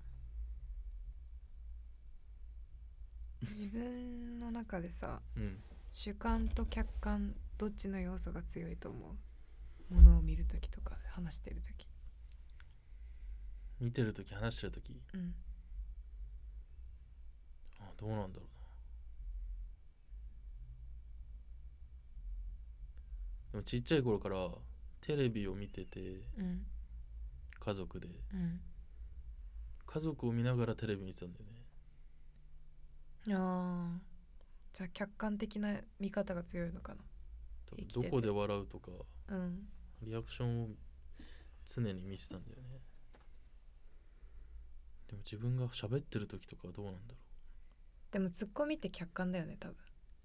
ど自分の中でさ、主観と客観どっちの要素が強いと思う？ものを見るときとか話してるとき。 見てるとき話してるとき、どうなんだろうな。でもちっちゃい頃からテレビを見てて、家族で、家族を見ながらテレビ見てたんだよね。 じゃあ客観的な見方が強いのかな。 どこで笑うとか、リアクションを常に見てたんだよね。でも自分が喋ってる時とかはどうなんだろう。 でもツッコミって客観だよね、多分。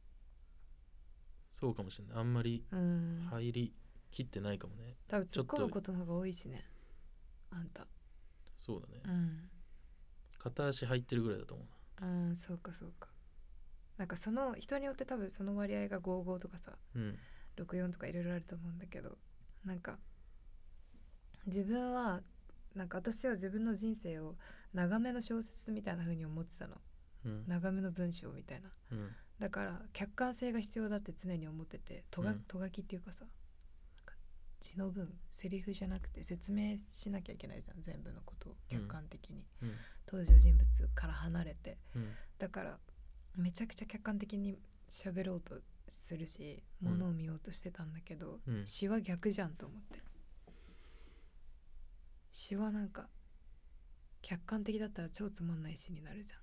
そうかもしれない。あんまり入りきってないかもね。 多分突っ込むことの方が多いしね、あんた。 そうだね。片足入ってるぐらいだと思うな。そうか。なんかその人によって多分その割合が55とかさ、64とかいろいろあると思うんだけど、なんか自分はなんか私は自分の人生を長めの小説みたいな風に思ってたの。長めの文章みたいな。だから客観性が必要だって常に思ってて、とがきっていうかさ、なんか字の文、セリフじゃなくて説明しなきゃいけないじゃん、全部のことを客観的に、登場人物から離れて、だからめちゃくちゃ客観的に喋ろうとするし、ものを見ようとしてたんだけど、詩は逆じゃんと思って。詩はなんか客観的だったら超つまんない詩になるじゃ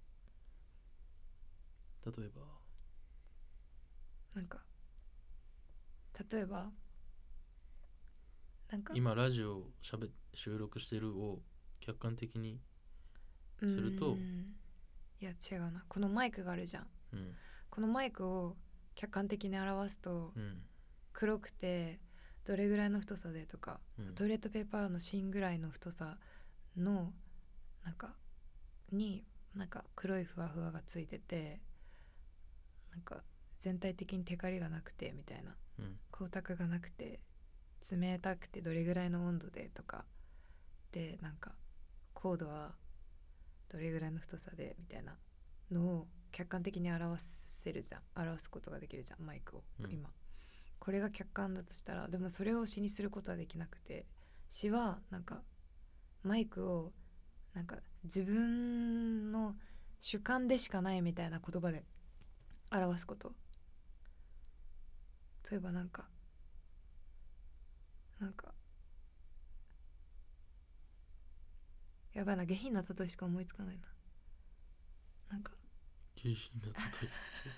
ん。例えばなんか今ラジオ収録してるを客観的にすると、 いや違うな、このマイクがあるじゃん、 うん、 このマイクを客観的に表すと、 うん、 黒くてどれぐらいの太さでとか、 うん、 トイレットペーパーの芯ぐらいの太さのに黒いふわふわがついてて、全体的にテカリがなくてみたいな、 うん、 光沢がなくて冷たくてどれぐらいの温度でとかで、コードはどれぐらいの太さでみたいなのを客観的に表すことができるじゃん、マイクを、今これが客観だとしたら、でもそれを詩にすることはできなくて、詩はマイクを自分の主観でしかないみたいな言葉で表すこと。例えばやばいな、下品な例えしか思いつかないな。 下品な例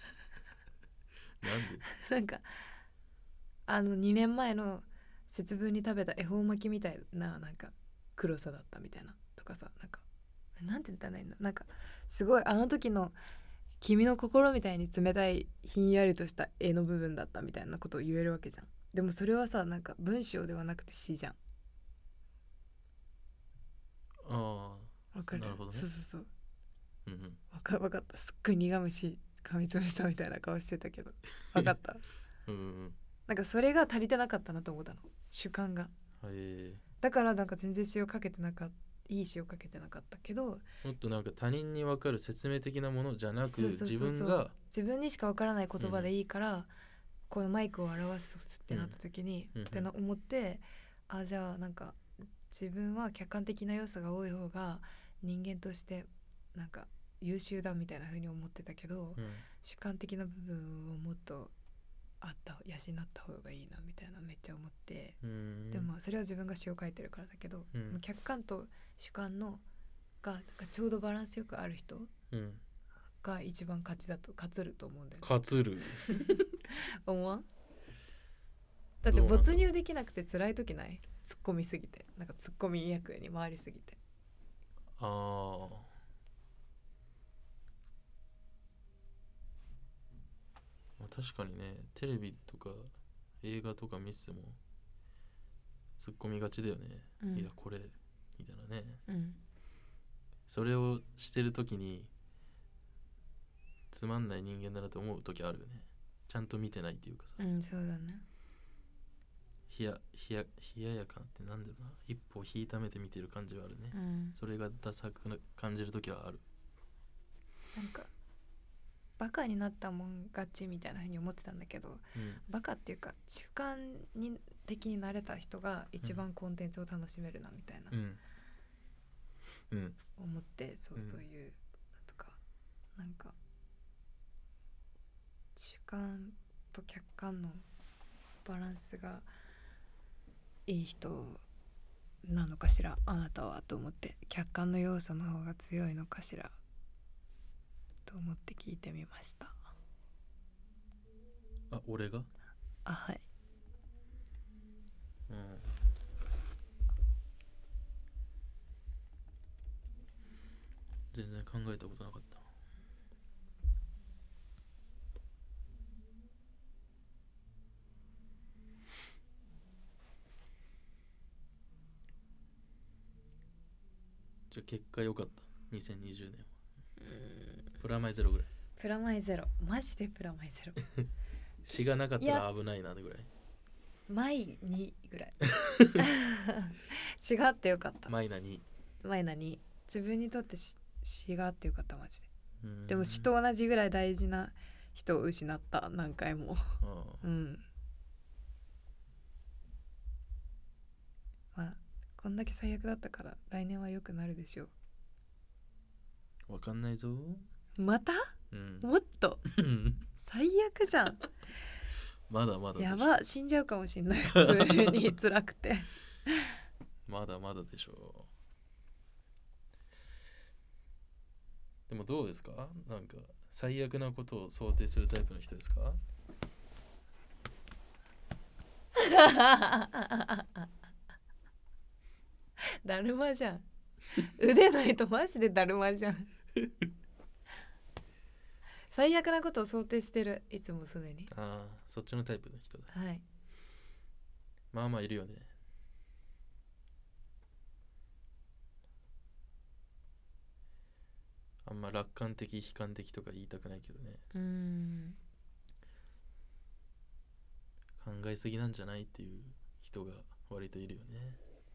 えなんで2年前の節分に食べた恵方巻きみたいな黒さだったみたいなとかさ、なんて言ったらいいんだ、すごいあの時の君の心みたいに冷たいひんやりとした絵の部分だったみたいなことを言えるわけじゃん。でもそれはさ文章ではなくて詩じゃん。 ああ、 わかる。 なるほどね。 そうそうそう。 うんうん。 わかった。すっごい苦虫噛みつぶしたみたいな顔してたけどわかった。 うんうん。 それが足りてなかったなと思ったの、主観が。だから全然詩をかけてなかった、いい詩をかけてなかったけど、 もっと他人に分かる説明的なものじゃなく、自分にしか分からない言葉でいいから、このマイクを表すってなった時に、って思って、じゃあ自分は客観的な要素が多い方が人間として優秀だみたいな風に思ってたけど、主観的な部分をもっと養った方がいいなみたいなめっちゃ思って、でもそれは自分が詩を書いてるからだけど、客観と主観のがちょうどバランスよくある人が一番勝つると思うんだよね。 勝つる思わん？だって没入できなくて辛い時ない？突っ込みすぎて、突っ込み役に回りすぎて。 確かにね、テレビとか映画とか見てても突っ込みがちだよね、いやこれみたいなね、それをしてる時につまんない人間だなと思う時あるよね、ちゃんと見てないっていうかさ。 そうだね。 冷ややかってなんだろうな、一歩引いた目で見てる感じはあるね、それがダサく感じる時はある。 バカになったもん勝ちみたいな風に思ってたんだけど、バカっていうか主観的になれた人が一番コンテンツを楽しめるなみたいな、思って、そういうのとか、主観と客観のバランスがいい人なのかしらあなたはと思って、客観の要素の方が強いのかしらと思って聞いてみました。 俺がはい、 全然考えたことなかった。じゃあ結果良かった。2020年はプラマイゼロぐらい。 プラマイゼロ、マジでプラマイゼロ詩がなかったら危ないなぐらい。 マイ2ぐらい詩があってよかった。 マイナ2。 自分にとって詩があってよかったマジで。でも詩と同じぐらい大事な人を失った、何回もまあこんだけ最悪だったから来年は良くなるでしょう。わかんないぞ。 また、もっと最悪じゃんまだまだやば、死んじゃうかもしんない普通に辛くてまだまだでしょう。 でもどうですか？なんか最悪なことを想定するタイプの人ですか？ だるまじゃん。腕ないとマジでだるまじゃん。最悪なことを想定してる、いつもすでに。 ああ、そっちのタイプの人だ。 はい。 まあまあいるよね。あんま楽観的悲観的とか言いたくないけどね。考えすぎなんじゃないっていう人が割といるよね。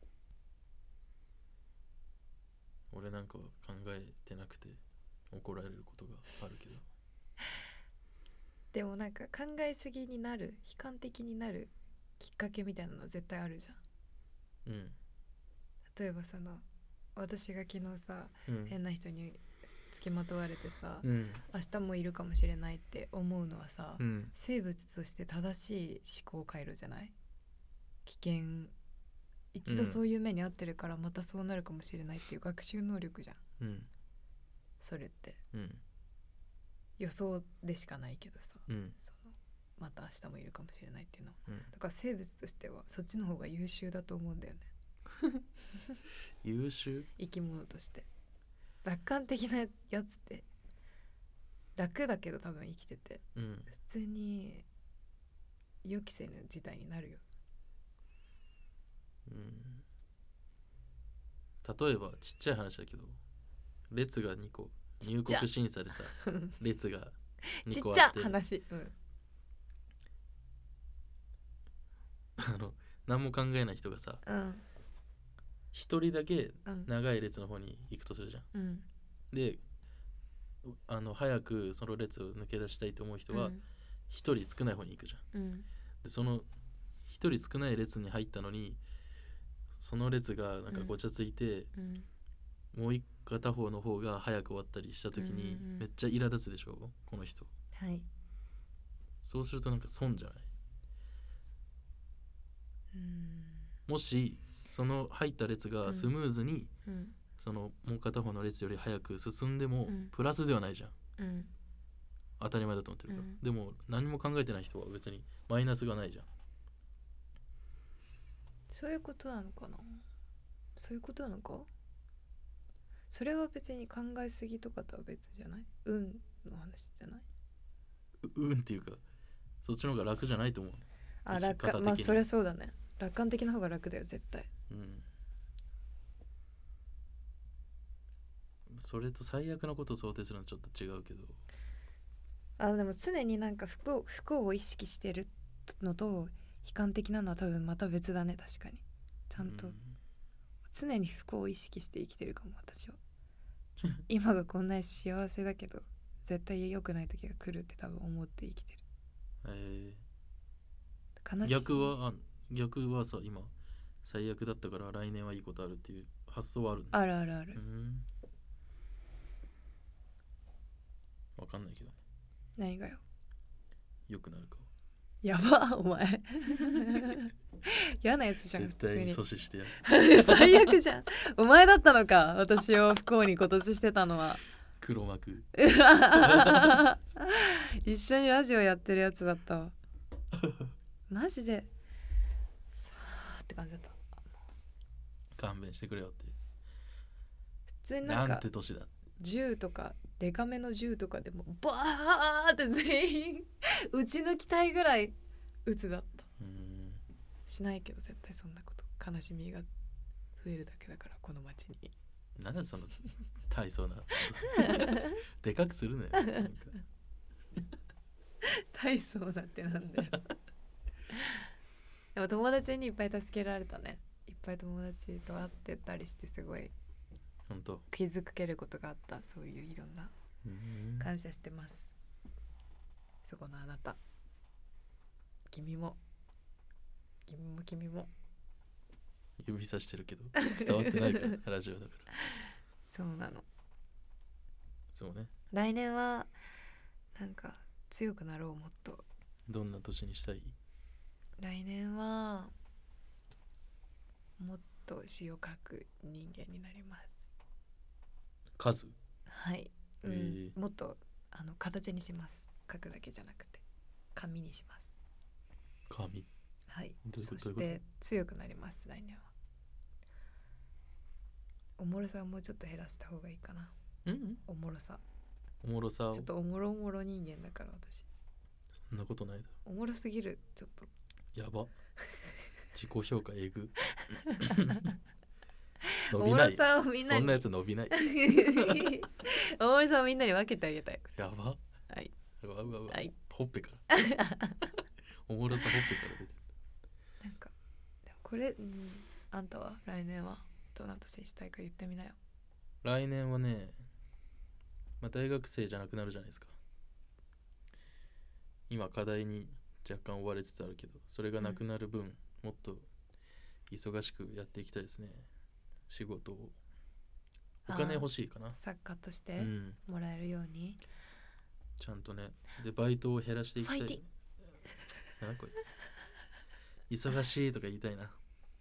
俺なんかは考えてなくて怒られることがあるけど。 でもなんか考えすぎになる、悲観的になるきっかけみたいなの絶対あるじゃん。例えばその私が昨日さ、変な人に付きまとわれてさ、明日もいるかもしれないって思うのはさ、生物として正しい思考回路じゃない？危険、一度そういう目に遭ってるからまたそうなるかもしれないっていう学習能力じゃん、それって、予想でしかないけどさ、そのまた明日もいるかもしれないっていうの、だから生物としてはそっちの方が優秀だと思うんだよね。 優秀？ 生き物として楽観的なやつって楽だけど多分生きてて、普通に予期せぬ事態になるよ。 例えばちっちゃい話だけど、列が2個入国審査でさ列が2個あって、 ちっちゃ話、 何も考えない人がさ、一人だけ長い列の方に行くとするじゃん、で早くその列を抜け出したいと思う人は一人少ない方に行くじゃん、でその一人少ない列に入ったのにその列がなんかごちゃついて、もう一片方の方が早く終わったりした時にめっちゃ苛立つでしょこの人。 はい。 そうするとなんか損じゃない？もしその入った列がスムーズに、そのもう片方の列より早く進んでもプラスではないじゃん、当たり前だと思ってるから、でも何も考えてない人は別にマイナスがないじゃん。 そういうことなのかな？そういうことなのか？それは別に考えすぎとかとは別じゃない？運の話じゃない？ 運っていうかそっちの方が楽じゃないと思う。 まあそりゃそうだね。楽観的な方が楽だよ絶対。 それと最悪なことを想定するのはちょっと違うけど、 でも常になんか不幸を意識してるのと悲観的なのは多分また別だね。確かにちゃんと、常に不幸を意識して生きてるかも私は。今がこんなに幸せだけど絶対良くない時が来るって多分思って生きてる。悲しい。 逆はさ、今最悪だったから来年はいいことあるっていう発想はあるの？ あるあるある。 わかんないけどね。 何がよ？ 良くなるか。 やばお前嫌なやつじゃん。 絶対に阻止してやる。最悪じゃん。お前だったのか、私を不幸に今年してたのは。 黒幕。 一緒にラジオやってるやつだったわ。マジでさーって感じだった。 勘弁してくれよって。 普通になんて年だ。 銃とかデカめの銃とかでもバーって全員撃ち抜きたいぐらい撃つだった。しないけど絶対そんなこと。悲しみが増えるだけだからこの街に。 なんだその大層なでかくするね。なんか大層だってなんだよ。でも友達にいっぱい助けられたね。いっぱい友達と会ってたりしてすごい本当気づけることがあった。そういういろんな感謝してます。そこのあなた、君も指さしてるけど伝わってないからラジオだから。 そうなの。 そうね。 来年はなんか強くなろう。もっと。 どんな年にしたい？ 来年はもっと詩を書く人間になります。 数？ はい。 もっと形にします。書くだけじゃなくて紙にします。 紙。 はい。そして強くなります。来年は。おもろさをもうちょっと減らした方がいいかな。おもろさ。 おもろさを。 ちょっとおもろ人間だから私。 そんなことないだろ。 おもろすぎる。ちょっと。 やば。自己評価えぐ。伸びない。そんなやつ伸びない。 おもろさをみんなに分けてあげたい。 やば。 はい。 うわ、はい、ほっぺから。おもろさほっぺから出てる。 なんかでもこれ、あんたは来年はどんな年したいか言ってみなよ。 来年はね、大学生じゃなくなるじゃないですか。今課題に若干追われつつあるけど、それがなくなる分、もっと忙しくやっていきたいですね。仕事を。お金欲しいかな。 作家としてもらえるように、 ちゃんとね。でバイトを減らしていきたい。 ファイティン。 なんこいつ。忙しいとか言いたいな。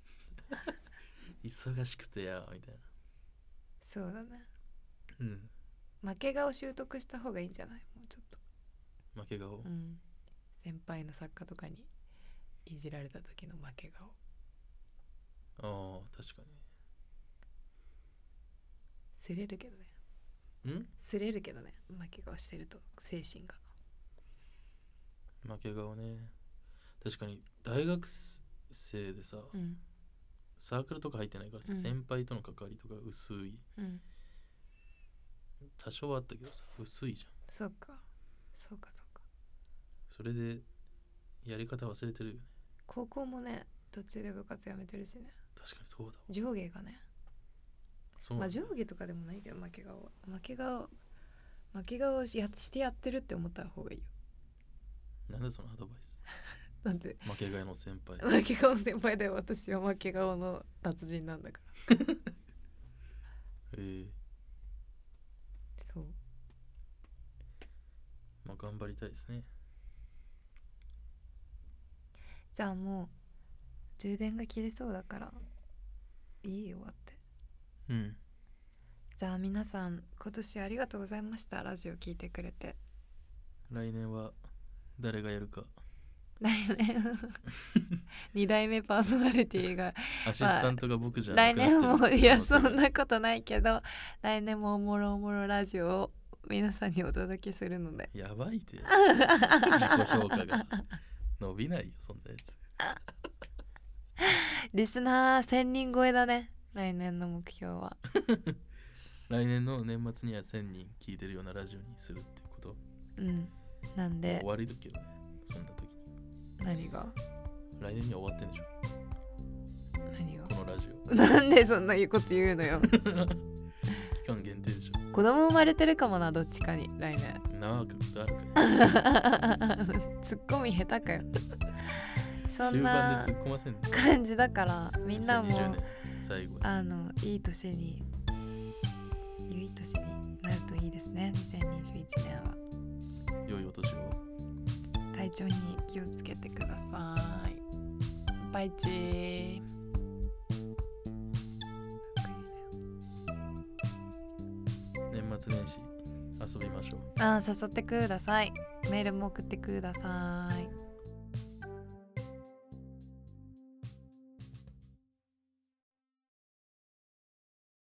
忙しくてやみたいな。 そうだね。負け顔習得した方がいいんじゃない？もうちょっと。 負け顔。 先輩の作家とかにいじられた時の負け顔。 ああ、確かに。 すれるけどね。すれるけどね。負け顔してると精神が。 負け顔ね。確かに大学生でさ、サークルとか入ってないからさ、先輩との関わりとか薄い。多少はあったけどさ、薄いじゃん。 そうか。 それでやり方忘れてるよね。 高校もね、途中で部活やめてるしね。 確かにそうだわ。 上下がね。上下とかでもないけど、負け顔をしてやってるって思った方がいいよ。 なんでそのアドバイス。 なんで負け顔の先輩。 負け顔の先輩だよ。私は負け顔の達人なんだからそう。 頑張りたいですね。 じゃあもう充電が切れそうだからいいよ終わって。じゃあ皆さん今年ありがとうございました。ラジオ聞いてくれて。 来年は誰がやるか。 来年2代目パーソナリティがアシスタントが僕じゃなくなってる。 来年もいやそんなことないけど、来年もおもろおもろラジオを皆さんにお届けするので。 やばいって自己評価が伸びないよそんなやつ。 リスナー1000人超えだね、来年の目標は。 来年の年末には1000人聞いてるようなラジオにするってこと。 なんで終わりだけどね、そんな時に。 何が？ 来年には終わってんでしょ。 何が？ このラジオ。 なんでそんなこと言うのよ。 期間限定でしょ。 子供生まれてるかもな、どっちかに来年。 なわけことあるかよ。 ツッコミ下手かよ。そん終盤なで突っ込ませんの感じだからみんなも 2020年最後いい年になるといいですね。2021年は良いお年を。 体調に気をつけてください。バイチー。 年末年始遊びましょう。 誘ってください。メールも送ってください。